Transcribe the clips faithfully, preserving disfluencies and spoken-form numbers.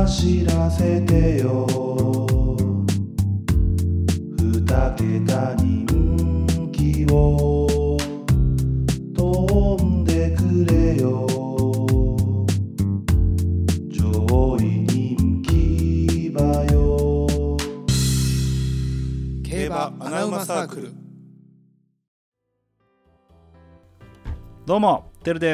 走らせてよ二桁人気を飛んでくれよ上位人気馬よ競馬アナウマサークル。 どうもてるです。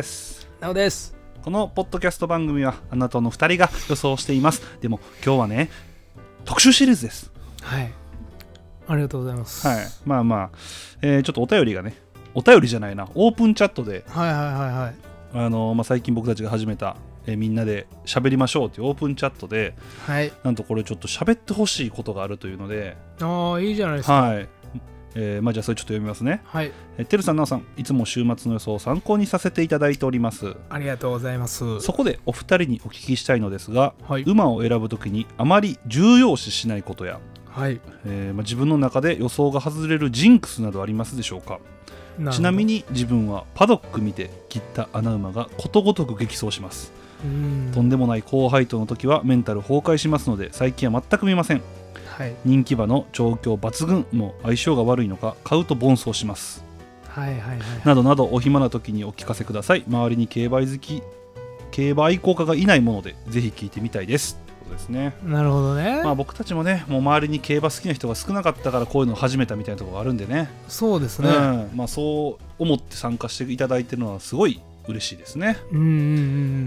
なおです。 このポッドキャスト番組はあなたのふたりが予想しています。でも今日はね特集シリーズです。 はい、ありがとうございます。 はい、まあまあ、えー、ちょっとお便りがねお便りじゃないなオープンチャットで、 はいはいはいはい、 あのーまあ、最近僕たちが始めた、えー、みんなで喋りましょうというオープンチャットで、はい、なんとこれちょっと喋ってほしいことがあるというので、 ああいいじゃないですか。 はい、えーまあ、じゃあそれちょっと読みますね。 はい、 えー、てるさんなおさんいつも週末の予想を参考にさせていただいております。 ありがとうございます。 そこでお二人にお聞きしたいのですが、 はい、 馬を選ぶときにあまり重要視しないことや、 はい、 えーまあ、自分の中で予想が外れるジンクスなどありますでしょうか。なちなみに自分はパドック見て切った穴馬がことごとく激走します。うんとんでもない高配当の時はメンタル崩壊しますので最近は全く見ません。はい、人気馬の調教抜群も相性が悪いのか買うと奔走します、はいはいはいはい、などなどお暇な時にお聞かせください。周りに競馬好き競馬愛好家がいないものでぜひ聞いてみたいですということですね。 なるほどね。 まあ、僕たちもねもう周りに競馬好きな人が少なかったからこういうのを始めたみたいなところがあるんでね。 そうですね、 うんまあ、そう思って参加していただいているのはすごい嬉しいですね。うんうんうん、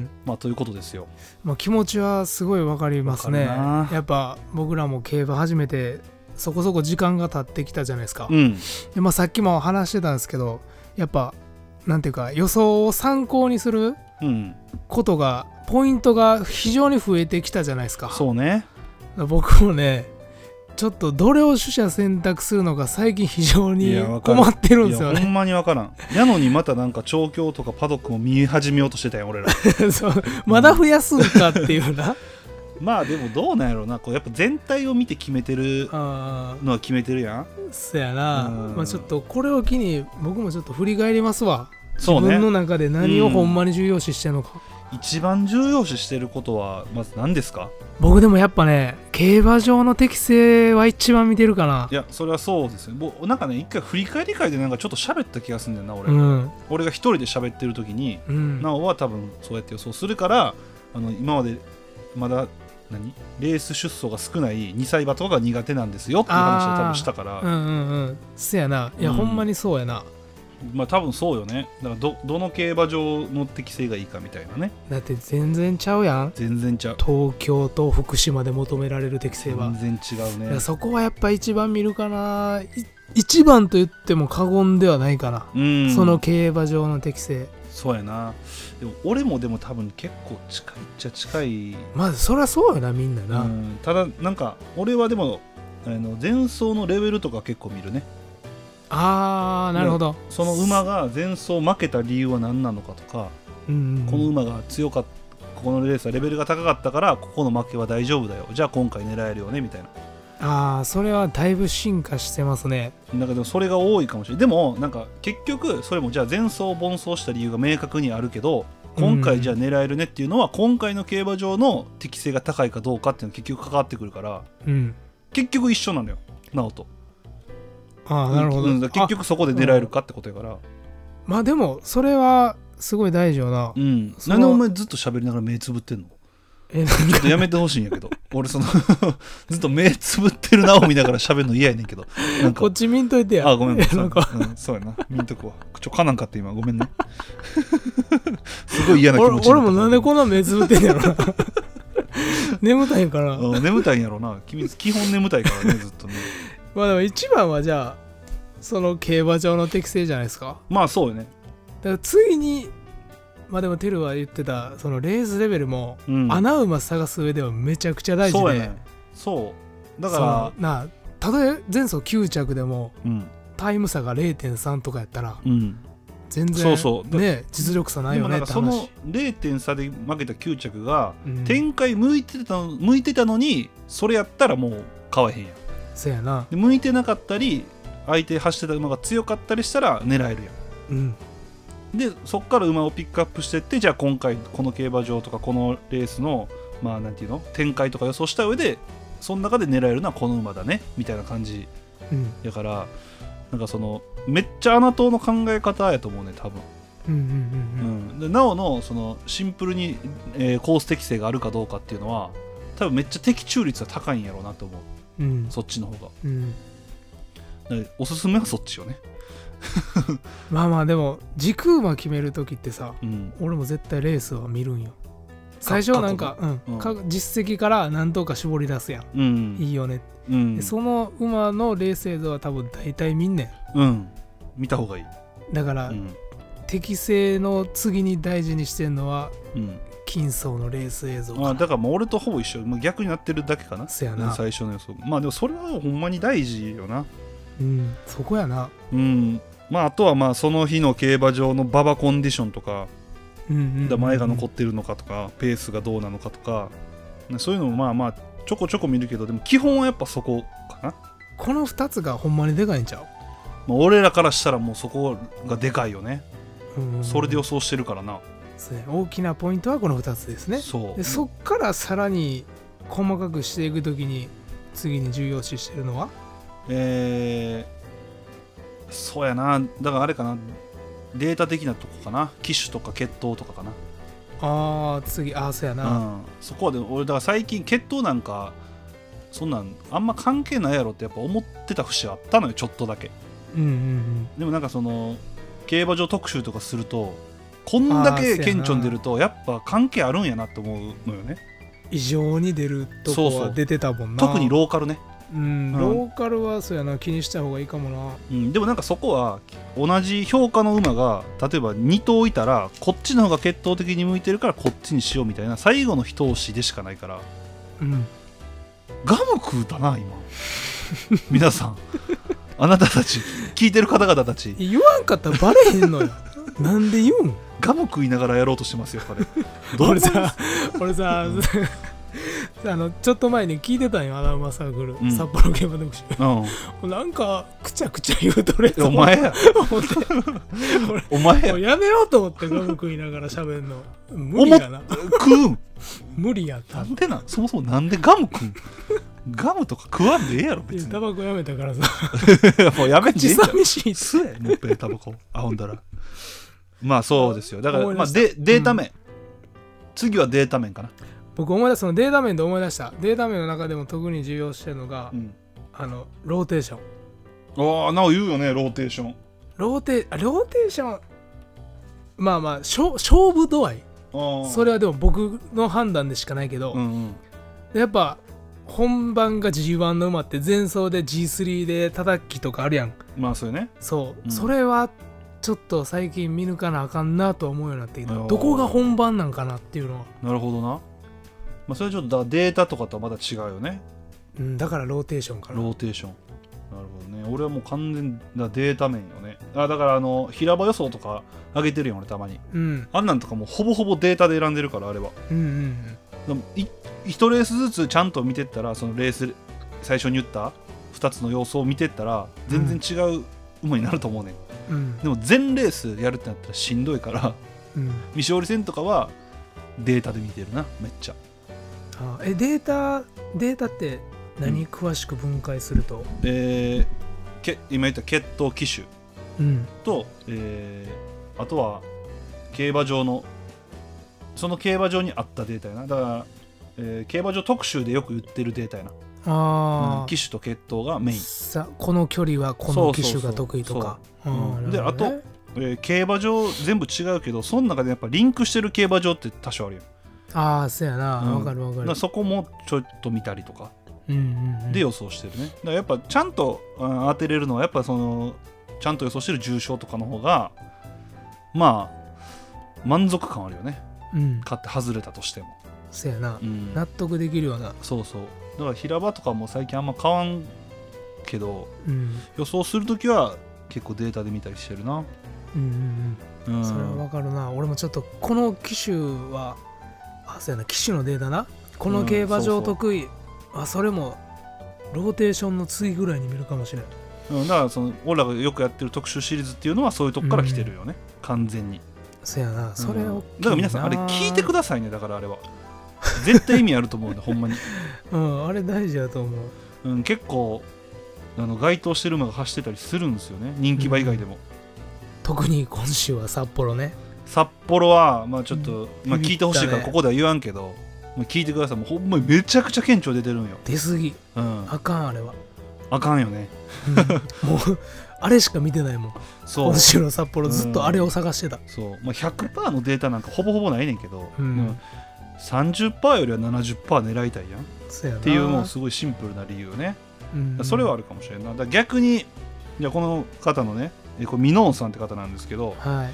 まあということですよ。 まあ、気持ちはすごいわかりますね。やっぱ僕らも競馬始めてそこそこ時間が経ってきたじゃないですか、うんでまあ、さっきも話してたんですけどやっぱなんていうか予想を参考にすることが、うん、ポイントが非常に増えてきたじゃないですか。 そうね。 僕もねちょっとどれを取捨選択するのか最近非常に困ってるんですよね。 いやほんまに分からん。やのにまたなんか調教とかパドックも見始めようとしてたよ俺らそうまだ増やすんかっていうなまあでもどうなんやろうな、こうやっぱ全体を見て決めてるのは決めてるやん。 そやな、まあ、ちょっとこれを機に僕もちょっと振り返りますわ。そうね、自分の中で何をほんまに重要視してるのか、 うん、一番重要視してることはまず何ですか。 僕でもやっぱね競馬場の適性は一番見てるかな。 いやそれはそうですよ。僕なんかね一回振り返り会でなんかちょっと喋った気がするんだよな俺、うん、俺が一人で喋ってる時に、うん、なおは多分そうやって予想するからあの今までまだ何レース出走が少ないにさい馬とかが苦手なんですよっていう話を多分したから。 うんうんうんそやな。いや、うん、ほんまにそうやな。 まあ多分そうよね。だから ど, どの競馬場の適性がいいかみたいなね。 だって全然ちゃうやん。 全然ちゃう。 東京と福島で求められる適性は全然違うね。 そこはやっぱ一番見るかな。一番と言っても過言ではないかな。うんその競馬場の適性。 そうやな。でも俺もでも多分結構近いっちゃ近い。 まずそりゃそうよなみんなな、うん、 ただなんか俺はでもあの前走のレベルとか結構見るね。 あーなるほど。 その馬が前走負けた理由は何なのかとか、うんうんうん、この馬が強かったこのレースはレベルが高かったからここの負けは大丈夫だよじゃあ今回狙えるよねみたいな。 ああそれはだいぶ進化してますね。 なんかでもそれが多いかもしれない。でもなんか結局それもじゃあ前走奔走した理由が明確にあるけど今回じゃあ狙えるねっていうのは、うん、今回の競馬場の適性が高いかどうかっていうのが結局関わってくるから、うん、結局一緒なのよなおと。 ああなるほど、うん、 結局そこで狙えるかってことやから、うん、 まあでもそれはすごい大事よな。 うん、なんでお前ずっと喋りながら目つぶってんの。えちょっとやめてほしいんやけど俺そのずっと目つぶってるなを見ながら喋るの嫌やねんけどなんかこっち見んといてや。 あごめんなんか、うん、そうやな見んとこはちょかなんかって今ごめんねすごい嫌な気持ち。 俺, 俺もなんでこんな目つぶってんやろな眠たいんかな。 眠たいんやろな君基本眠たいからねずっとねまあでも一番はじゃあその競馬場の適性じゃないですか。 まあそうよね。 だから次にまあでもテルは言ってたそのレースレベルも、うん、穴馬探す上ではめちゃくちゃ大事で。 そうやね。そうだからなたとえ前走きゅう着でも、うん、タイム差が れいてんさん とかやったら、うん、全然そうそうね実力差ないよねって話。 その れいてん差で負けたきゅう着が、うん、展開向いてたの向いてたのにそれやったらもう買わへんやん。 そうやな。 で向いてなかったり相手走ってた馬が強かったりしたら狙えるやん。うんでそこから馬をピックアップしていってじゃあ今回この競馬場とかこのレースのまあなんていうの展開とか予想した上でその中で狙えるのはこの馬だねみたいな感じやから、うん、なんかそのめっちゃ穴党の考え方やと思うね多分。うんうんうんうん、でなおのそのシンプルに、えー、コース適性があるかどうかっていうのは多分めっちゃ的中率は高いんやろうなと思う、うん、そっちの方が、うん、おすすめはそっちよねまあまあでも軸馬決めるときってさ、うん、俺も絶対レースは見るんよ。最初はなんか、うんうん、か実績から何とか絞り出すやん、うん、いいよね、うん、でその馬のレース映像は多分大体見んねん、うん、 見た方がいい。 だから、うん、適正の次に大事にしてるのは、うん、金層のレース映像かな。 あだからもう俺とほぼ一緒、もう逆になってるだけかな。 そうやな、 最初の予想。まあでもそれはほんまに大事よな。 うん、そこやな。 うん、まああとはまあその日の競馬場の馬場コンディションとか、うんうんうんうん、前が残ってるのかとかペースがどうなのかとか、そういうのもまあまあちょこちょこ見るけど、でも基本はやっぱそこかな。 このふたつがほんまにでかいんちゃう。 まあ、俺らからしたらもうそこがでかいよね。うん、それで予想してるからな。 大きなポイントはこのふたつですね。そうでそっからさらに細かくしていくときに次に重要視してるのはえー、そうやな。だからあれかな、データ的なとこかな。機種とか血統とかかな。 ああ次ああそうやな、うん、 そこはで俺だから最近血統なんかそんなんあんま関係ないやろってやっぱ思ってた節あったのよ、ちょっとだけ。うんうんうん、でもなんかその競馬場特集とかするとこんだけ顕著に出るとやっぱ関係あるんやなって思うのよね。 異常に出るとこは出てたもんな。 そうそう特にローカルね。 うん、ローカルはそうやな、気にした方がいいかもな、 うん、でもなんかそこは同じ評価の馬が例えばに頭いたらこっちの方が血統的に向いてるからこっちにしようみたいな最後の一押しでしかないから、うん、ガム食うたな今皆さんあなたたち聞いてる方々たち言わんかったらバレへんのよなんで言うん。 ガム食いながらやろうとしてますよこれ俺さ俺さ、うんあのちょっと前に聞いてたんよ、アナウマサークル、うん、札幌競馬特集、うん、なんかくちゃくちゃ言うとれお前や思ってお前やもうやめようと思ってガム食いながら喋んの無理やな。 食うん無理やった。 なんでなんそもそもなんでガム食うガムとか食わんでええやろ別に。 タバコやめたからさもうやめんでええん寂しい吸えもっぺんタバコあほんだらまあそうですよ。だからまあデータ面、うん、次はデータ面かな。 僕思い出したのデータ面で思い出したデータ面の中でも特に重要してるのが、うん、あのローテーション。 ああなお言うよねローテーション。 ローテあローテーションまあまあ勝負度合いそれはでも僕の判断でしかないけど、うんうん、やっぱ本番が ジーワン の馬って前走で ジースリー で叩きとかあるやん。 まあそうね。 そう、うん、それはちょっと最近見抜かなあかんなと思うようになってきた。どこが本番なんかなっていうのは。 なるほどな。まあ、それちょっとだデータとかとはまた違うよね、 うん、だからローテーションかな。 ローテーションなるほどね。俺はもう完全なデータ面よね。あだからあの平場予想とか上げてるよ俺たまに、うん、あんなんとかもうほぼほぼデータで選んでるからあれは、うんうん、でもい一レースずつちゃんと見てったらそのレース最初に言ったふたつの要素を見てったら全然違う馬になると思うね、うん、でも全レースやるってなったらしんどいから、うん、未勝利戦とかはデータで見てるなめっちゃ。 あえデータデータって何、うん、詳しく分解すると、 えー、け今言った血統機種、うん、と、えー、あとは競馬場のその競馬場にあったデータやな。だから、えー、競馬場特集でよく言ってるデータやな。あ、うん、機種と血統がメイン。 さこの距離はこの機種が得意とか。 であと、えー、競馬場全部違うけどその中でやっぱリンクしてる競馬場って多少あるよ。 ああそうやな、うん、分かる分かる。 だそこもちょっと見たりとか、うんうんうん、で予想してるね。だからやっぱちゃんと、うん、当てれるのはやっぱそのちゃんと予想してる重賞とかの方がまあ満足感あるよね、うん、勝って外れたとしても。 そうやな、うん、納得できるような。 そうそう。だから平場とかも最近あんま買わんけど、うん、予想するときは結構データで見たりしてるな。 うんうんうん、うん、それは分かるな。俺もちょっとこの機種はあそうやな機種のデータな。この競馬場得意、うん、そうそうあそれもローテーションの次ぐらいに見るかもしれない、 うん、だからその俺らがよくやってる特集シリーズっていうのはそういうとこから来てるよね、うん、完全に。 そうやなそれを、うん、 だから皆さんあれ聞いてくださいね。だからあれは絶対意味あると思うんだほんまに、 うん、あれ大事だと思う、うん、結構あの該当してる馬が走ってたりするんですよね、人気馬以外でも、うん、 特に今週は札幌ね。 札幌はまあちょっと、うんまあ、聞いてほしいからここでは言わんけど、まあ、聞いてください。もうほんまにめちゃくちゃ顕著出てるんよ。 出すぎ、 うん、 あかんあれはあかんよね、 うん、もうあれしか見てないもん。そう今週の札幌ずっとあれを探してた、うん、 そう、まあ、ひゃくパーセント のデータなんかほぼほぼないねんけど、うん、さんじゅっパーセント よりは ななじゅっパーセント 狙いたいやんそうやなっていうもうすごいシンプルな理由ね、うん、それはあるかもしれんな。だから逆にじゃあこの方のねこれミノーンさんって方なんですけど、 はい、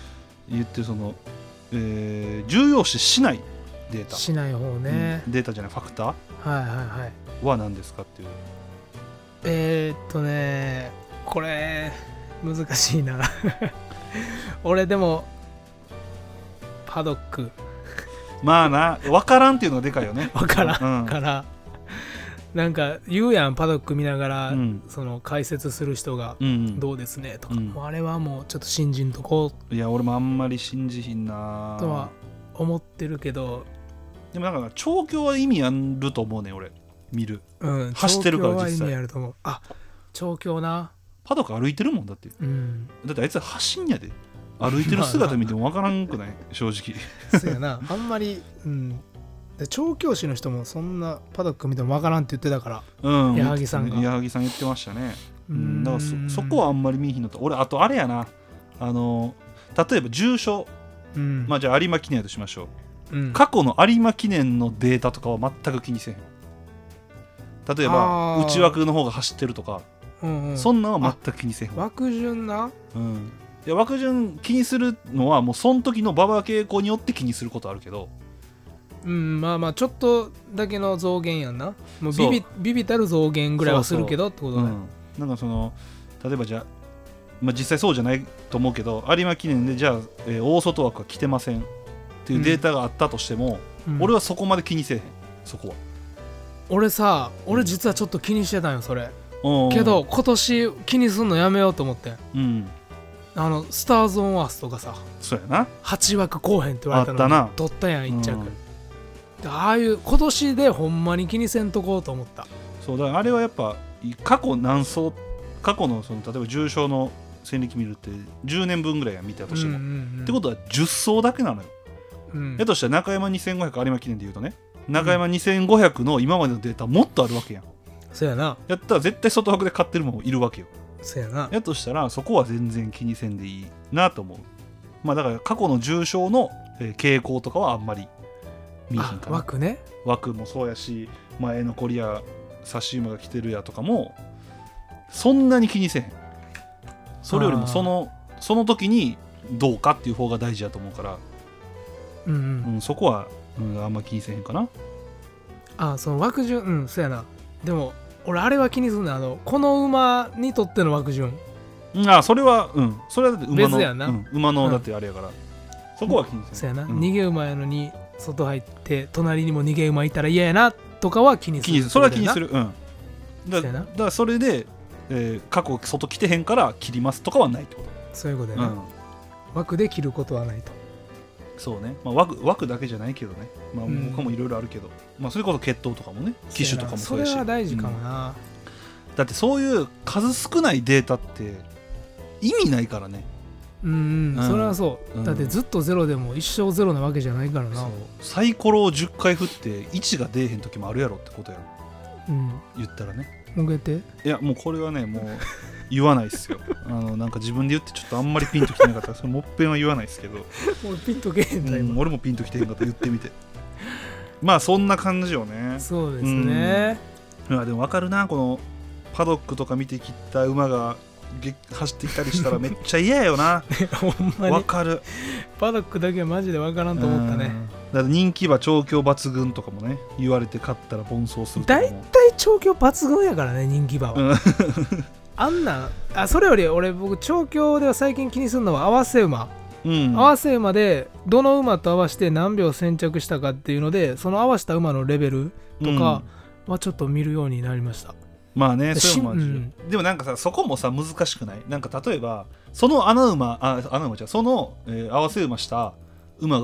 言ってるその、えー、重要視しないデータしない方ね、 うん、データじゃないファクターはいはいはいは何ですかっていう。 えー、っとねこれ難しいな俺でもパドックまあな分からんっていうのがでかいよね分からん、うん、からなんか言うやんパドック見ながら、うん、その解説する人がどうですねとか、うん、もうあれはもうちょっと信じんとこういや俺もあんまり信じひんなとは思ってるけど、 でもなんか調教は意味あると思うね俺見る、うん、走ってるから実際調教は意味あると思う。あ調教なパドック歩いてるもんだって、うん、だってあいつは走んやで歩いてる姿見ても分からんくない正直そうやなあんまり、うん、で調教師の人もそんなパドック見ても分からんって言ってたから、うん、矢作さんが矢作さん言ってましたね。うん、だから そ, そこはあんまり見えひんのと俺あとあれやなあの例えば重賞、うん、まあじゃあ有馬記念としましょう、うん、過去の有馬記念のデータとかは全く気にせへん。例えば内枠の方が走ってるとか、うんうん、そんなんは全く気にせへん。 枠順な、 うん、いや枠順気にするのはもうその時の馬場傾向によって気にすることあるけど、 うんまあまあちょっとだけの増減やんな。もうビビビビたる増減ぐらいはするけどってことね。 うん、なんかその例えばじゃあ、まあ、実際そうじゃないと思うけど有馬記念でじゃあ、えー、大外枠は来てませんっていうデータがあったとしても、うん、俺はそこまで気にせえへん。そこは俺さ俺実はちょっと気にしてたんよそれ、うん、けど今年気にすんのやめようと思って、うん、あのスターズ・オン・アースとかさそうやなはち枠後編って言われたのに取ったやんいっ着、うん、ああいう今年でほんまに気にせんとこうと思った。 そうだからあれはやっぱ過去何走過去 の, その例えば重賞の戦歴見るってじゅうねんぶんぐらいや見たとしても、うんうんうん、ってことはじゅっ走だけなのよ、うん、やとしたら中山にせんごひゃく有馬記念でいうとね中山にせんごひゃくの今までのデータもっとあるわけやん。 そうやな。 やったら絶対外枠で買ってるもんいるわけよ。 そうやな。 やとしたらそこは全然気にせんでいいなと思う。まあだから過去の重賞の、えー、傾向とかはあんまり見えへんかな。 枠ね。 枠もそうやし前のコリア差し馬が来てるやとかもそんなに気にせへん。それよりもそのその時にどうかっていう方が大事だと思うから、うんうんうん、そこは、うん、あんま気にせへんかな。 あその枠順うんそうやな。でも俺あれは気にするのあのこの馬にとっての枠順。 あそれはうんそれはだって馬の別やな、 うん、馬のだってあれやから、うん、そこは気にせん。 そうやな、うん、逃げ馬やのに外入って隣にも逃げ馬いたら嫌やなとかは気にする。 それは気にする。うんだ, だからそれで、えー、過去外来てへんから切りますとかはないってこと。 そういうことやな、うん、枠で切ることはないと。 そうね、まあ、枠, 枠だけじゃないけどね、まあ、他もいろいろあるけど、うんまあ、それこそ血統とかもね機種とかもそうやしそれは大事かもな、うん、 だってそういう数少ないデータって意味ないからね。 うん、うん、それはそう、うん、だってずっとゼロでも一生ゼロなわけじゃないからな。そうサイコロをじゅっかい振っていちが出えへん時もあるやろってことやろ、うん、言ったらね。 もげていやもうこれはねもう言わないですよあのなんか自分で言ってちょっとあんまりピンときてなかったらそれもっぺんは言わないですけど俺ピンとけへんだよ、 うん、俺もピンときてへんかった言ってみてまあそんな感じよね。 そうですね、 うん、まあでも分かるなこのパドックとか見てきた馬が走ってきたりしたらめっちゃ嫌やよなほんまに分かる。 パドックだけはマジで分からんと思ったね。 だから人気馬調教抜群とかもね言われて勝ったら奔走するとかもだいたい調教抜群やからね人気馬はあんなあそれより俺僕調教では最近気にするのは合わせ馬、うん、合わせ馬でどの馬と合わせて何秒先着したかっていうのでその合わせた馬のレベルとかはちょっと見るようになりました、うん、 まあねそれも、うん、でもなんかさそこもさ難しくない？なんか例えばその穴馬あ穴馬じゃその、えー、合わせ馬した馬が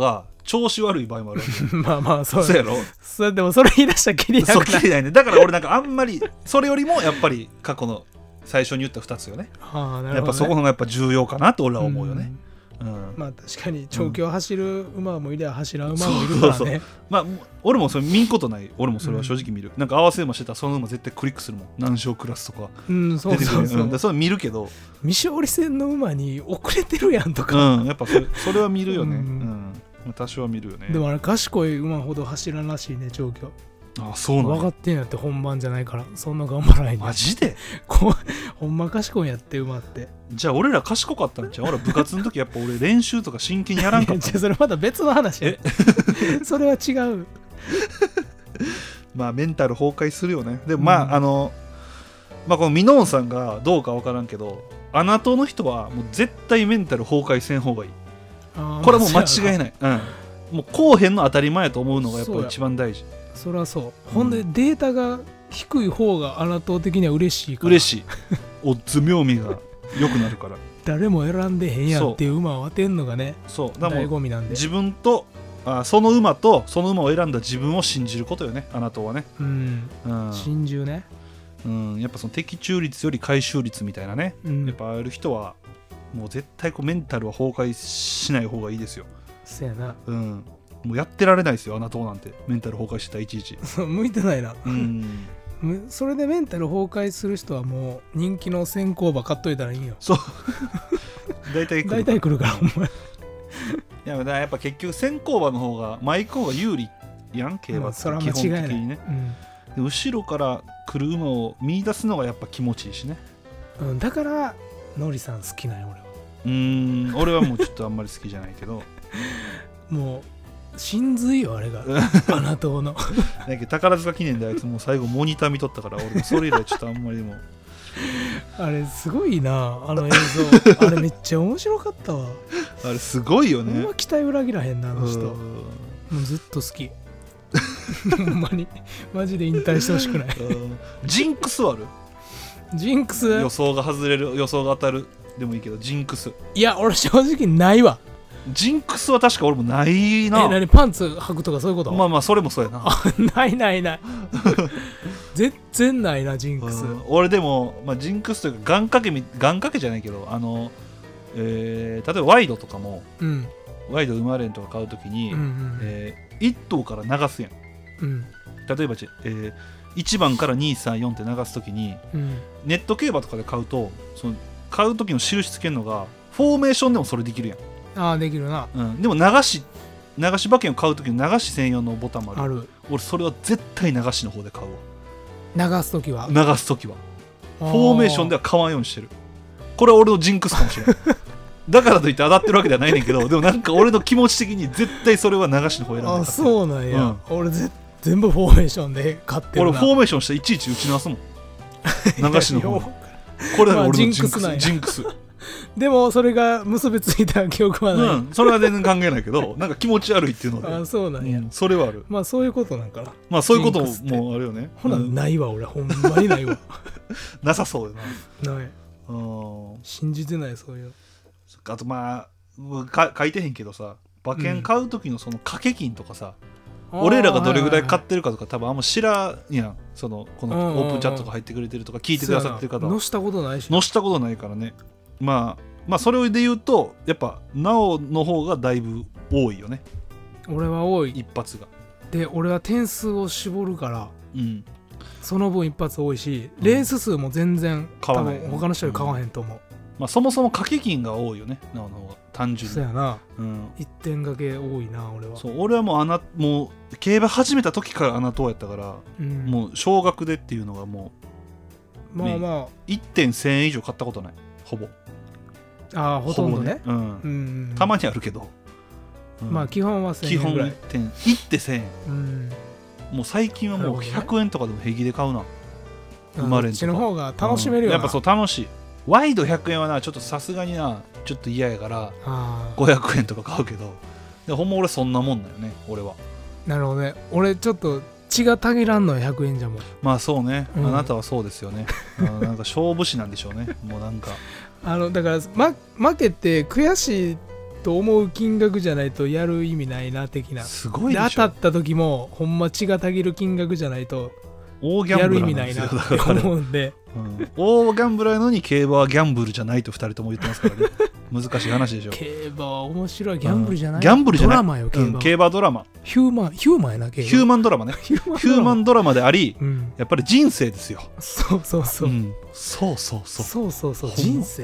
調子悪い場合もあるわけまあまあそうそうやろ。 それでもそれ言い出したらきりなくない。 そうきりないね。だから俺なんかあんまりそれよりもやっぱり過去の最初に言ったふたつよね。 ああ、なるほどね。 やっぱそこのがやっぱ重要かなと俺は思うよね。うん、 まあ確かに長距離走る馬もいりゃ走らん馬もいるからね。そうそうそう、 まあ俺もそれ見んことない。俺もそれは正直見る、うん、なんか合わせ馬してたらその馬絶対クリックするもん。難所クラスとか出てくる、うん、そうそうそう、うん、 でそれ見るけど未勝利戦の馬に遅れてるやんとか、 うん、やっぱそれ、それは見るよね、うんうん、多少は見るよね。 でもあれ賢い馬ほど走らんらしいね、長距離。 ああ、そうなんや。 分かってんやって、本番じゃないからそんな頑張らないんだ。 マジでこほんま賢いんやって馬って。 じゃあ俺ら賢かったんちゃう。俺部活の時やっぱ俺練習とか真剣にやらんかった。 じゃあそれまた別の話や。それは違う。 まあメンタル崩壊するよね。でもまあ、うん、あのまあこのミノーンさんがどうか分からんけど、アナトの人はもう絶対メンタル崩壊せん方がいい。これはもう間違いない、うん、もうこうへんの当たり前やと思うのがやっぱ一番大事。 そりゃそう、うん、ほんでデータが低い方がアナト的には嬉しいから。 嬉しい。オッズ妙味が良くなるから誰も選んでへんやんっていう馬を当てんのがね、 そうだから醍醐味なんで、 自分とあその馬とその馬を選んだ自分を信じることよね、アナトはね。 うん、うん、信じるね。 うん、やっぱその的中率より回収率みたいなね、うん、やっぱある人はもう絶対こうメンタルは崩壊しない方がいいですよ。 そうやな、 うん、もうやってられないですよ、アナトなんて。メンタル崩壊してたらいちいち向いてないな、 うん、 それでメンタル崩壊する人はもう人気の先行馬買っといたらいいよ。 そう大体来る大体来るからお前。いやだからやっぱ結局先行馬の方が前行く方が有利やん、競馬って基本的にね、うん、後ろから来る馬を見出すのがやっぱ気持ちいいしね、 うん、だからノリさん好きなんよ俺は。 うーん、俺はもうちょっとあんまり好きじゃないけどもう真髄よあれがアナトのだけど宝塚記念であいつもう最後モニター見とったから俺もそれ以来ちょっとあんまりもうあれすごいな、あの映像あれめっちゃ面白かったわ。 あれすごいよね。 ほんま期待裏切らへんなあの人。もうずっと好きほんまにマジで引退してほしくない。 ジンクスはある？ ジンクス予想が外れる、予想が当たるでもいいけど、ジンクス。 いや俺正直ないわ。 ジンクスは確か俺もないな。 え、何パンツ履くとかそういうこと？ まあまあそれもそうやな。 ないないない全然ないなジンクス、うん、 俺でも、まあ、ジンクスというか願掛け、願掛けじゃないけど、あの、えー、例えばワイドとかも、うん、ワイド生まれんとか買うときに、うんうん、えー、いっ頭から流すやん、うん、例えば、えー、いちばんからにさんよんって流すときに、うん、ネット競馬とかで買うとその買うときの印つけるのがフォーメーションでもそれできるやん。 ああできるな、 うん、でも流し流し馬券を買うときの流し専用のボタンもある。 ある。 俺それは絶対流しの方で買うわ。 流すときは流すときはフォーメーションでは買わんようにしてる。これは俺のジンクスかもしれないだからといって当たってるわけではないねんけど、でもなんか俺の気持ち的に絶対それは流しの方選んで買ってる。 あ、そうなんや、うん、俺ぜ全部フォーメーションで買ってるな。 俺フォーメーションしていちいち打ち直すもん流しの方これは俺のジンクス、まあ、ジンクスなんや。ジンクスでもそれが結びついた記憶はない、うん、 それは全然関係ないけどなんか気持ち悪いっていうので。 あ、そうなんや、 うん、それはある。 まあそういうことなんかな。 まあそういうこともあるよね。 ほなないわ、俺ほんまにないわなさそうよな。ない。うん、信じてないそういう。 あとまあか書いてへんけどさ、馬券買う時のその掛け金とかさ、うん、俺らがどれぐらい買ってるかとか多分あんま知らんやん。そのこのオープンチャットが入ってくれてるとか聞いてくださってる方は載したことないし、 載したことないからね。まあまあそれで言うとやっぱなおの方がだいぶ多いよね。 俺は多い。 一発がで俺は点数を絞るから、うん、その分一発多いし、レース数も全然変わらない、 多分他の人より変わらへんと思う、うん、 まあ、そもそも掛け金が多いよね、なおの方が単純に。 そうやな、 うん、 いってん掛け多いな俺は。 そう、俺はもうあなもう競馬始めた時からあなたやったから、うん、もう少額でっていうのがもうまあまあいってんせんえん以上買ったことない、ほぼ。 ああ、ほとんどね、 うんうん、たまにあるけど、 うん、まあ基本はせんえんぐらい。 基本いってせんえん、うん、もう最近はもうひゃくえんとかでも平気で買うな。生まれんとか。こっちの方が楽しめるよな、 うん、やっぱそう楽しい。ワイドひゃくえんはなちょっとさすがになちょっと嫌やからごひゃくえんとか買うけど、でほんま俺そんなもんだよね俺は。 なるほどね。俺ちょっと血がたぎらんのよひゃくえんじゃもん。 まあそうね、うん、あなたはそうですよねあのなんか勝負師なんでしょうねもうなんかあのだから、ま、負けて悔しいっと思う金額じゃないとやる意味ないな的な。 すごいでしょ。 で当たった時もほんま血がたぎる金額じゃないと大ギャンブルなんですよ。 やる意味ないなって思うんで、 うん、大ギャンブルなのに競馬はギャンブルじゃないとふたりとも言ってますからね。難しい話でしょ。 競馬は面白い。ギャンブルじゃない、うん、 ギャンブルじゃない、 ドラマよ競馬、うん、 競馬ドラマ、 ヒューマンヒューマンやな競馬、 ヒューマンドラマね。ヒューマンドラマであり、うん、やっぱり人生ですよ。 そうそうそう、うん、 そうそうそうそうそうそう人生。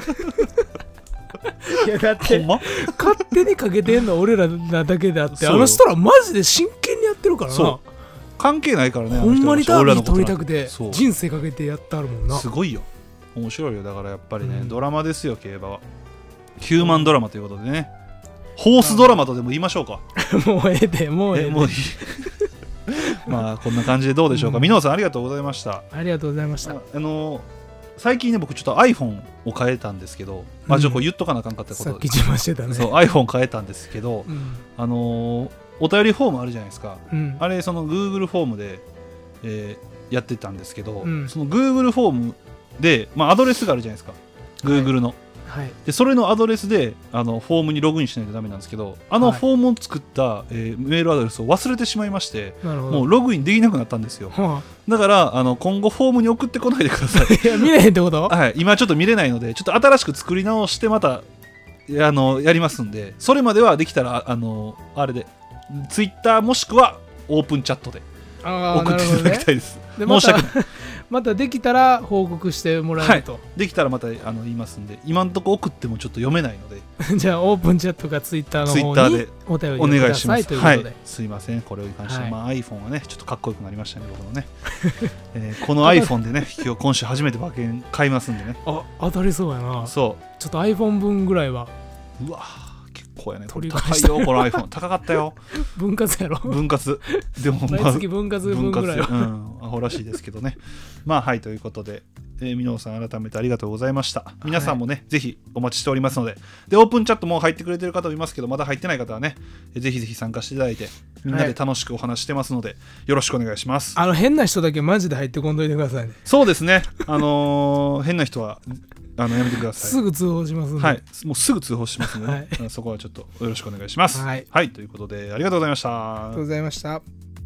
いやだって勝手にかけてんの俺らなだけであって、あの人らマジで真剣にやってるからな。 そう関係ないからね。 ほんまにダービー取りたくて人生かけてやってあるもんな。 すごいよ、面白いよ。だからやっぱりね、うん、ドラマですよ競馬は。ヒューマンドラマということでね、ホースドラマとでも言いましょうか。 もうええでもうええでもういい。 まあこんな感じでどうでしょうか。箕輪さんありがとうございました。 ありがとうございました。 あの最近ね僕ちょっと iPhone を変えたんですけど、まあちょっと言っとかなあかんかったことで、 さっき自慢してたね。 そう iPhone 変えたんですけど、うん、あのー、お便りフォームあるじゃないですか、うん、あれその Google フォームで、えー、やってたんですけど、うん、その Google フォームで、まあ、アドレスがあるじゃないですか Google の、はいはい、でそれのアドレスであのフォームにログインしないとダメなんですけど、あのフォームを作った、はい、えー、メールアドレスを忘れてしまいまして、もうログインできなくなったんですよ。だからあの今後フォームに送ってこないでください。 いや見れへんってこと？ はい、今ちょっと見れないのでちょっと新しく作り直してまたあのやりますんで、それまではできたらあのあれでツイッターもしくはオープンチャットで送っていただきたいです。 で申し訳ない。またできたら報告してもらえると、 はい、できたらまたあの言いますんで、今のところ送ってもちょっと読めないのでじゃあオープンチャットかツイッターの方にお便りくださいということで、はい、 すいませんこれに関しては、はい、まあ、iPhone はねちょっとかっこよくなりましたね僕のね、えー、この iPhone でね今日今週初めて馬券買いますんでね。 あ当たりそうやな。そうちょっと iPhone 分ぐらいはうわこうやね、これ高いよこの iPhone 高かったよ。 分割やろ分割でも、 まあ、毎月分割分ぐらい、 うん、アホらしいですけどね。まあはいということで、えー、箕輪さん改めてありがとうございました。皆さんもね、はい、ぜひお待ちしておりますので、でオープンチャットも入ってくれてる方もいますけど、まだ入ってない方はねぜひぜひ参加していただいてみんなで楽しくお話してますので、はい、よろしくお願いします。 あの変な人だけマジで入ってこんといてくださいね。 そうですね、あのー、変な人はあのやめてください。 すぐ通報しますんで、 はい、もうすぐ通報しますので、ね、はい、そこはちょっとよろしくお願いします。はい、はい、ということでありがとうございました。 ありがとうございました。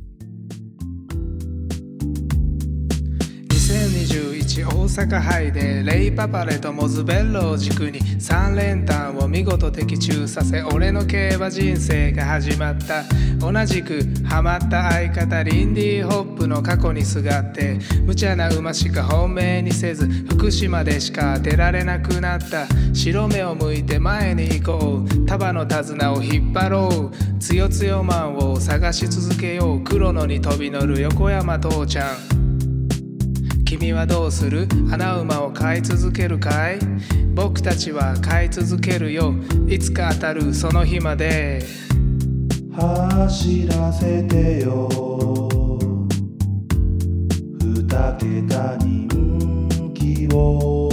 にせんにじゅういち大阪杯でレイパパレとモズベッロを軸にさん連単を見事的中させ、俺の競馬人生が始まった。同じくハマった相方リンディホップの過去にすがって、無茶な馬しか本命にせず福島でしか当てられなくなった。白目を向いて前に行こう、束の手綱を引っ張ろう、つよつよマンを探し続けよう、黒野に飛び乗る横山父ちゃん。君はどうする？穴馬を飼い続けるかい？僕たちは飼い続けるよ、いつか当たるその日まで。 走らせてよ二桁人気を